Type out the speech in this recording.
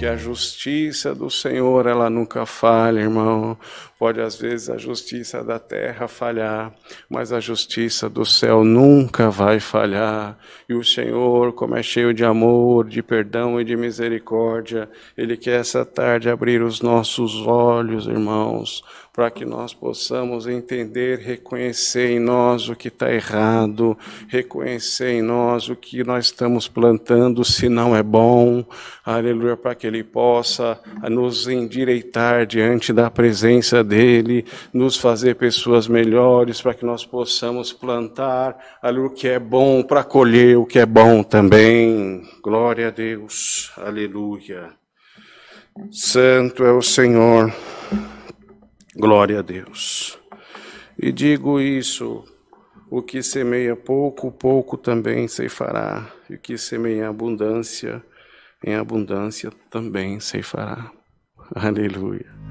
que a justiça do Senhor, ela nunca falha, irmão. Pode às vezes a justiça da terra falhar, mas a justiça do céu nunca vai falhar. E o Senhor, como é cheio de amor, de perdão e de misericórdia, Ele quer essa tarde abrir os nossos olhos, irmãos, para que nós possamos entender, reconhecer em nós o que está errado, reconhecer em nós o que nós estamos plantando, se não é bom, aleluia, para que Ele possa nos endireitar diante da presença dEle, nos fazer pessoas melhores, para que nós possamos plantar, aleluia, o que é bom, para colher o que é bom também. Glória a Deus, aleluia. Santo é o Senhor. Glória a Deus. E digo isso, o que semeia pouco, pouco também ceifará. E o que semeia em abundância também ceifará. Aleluia.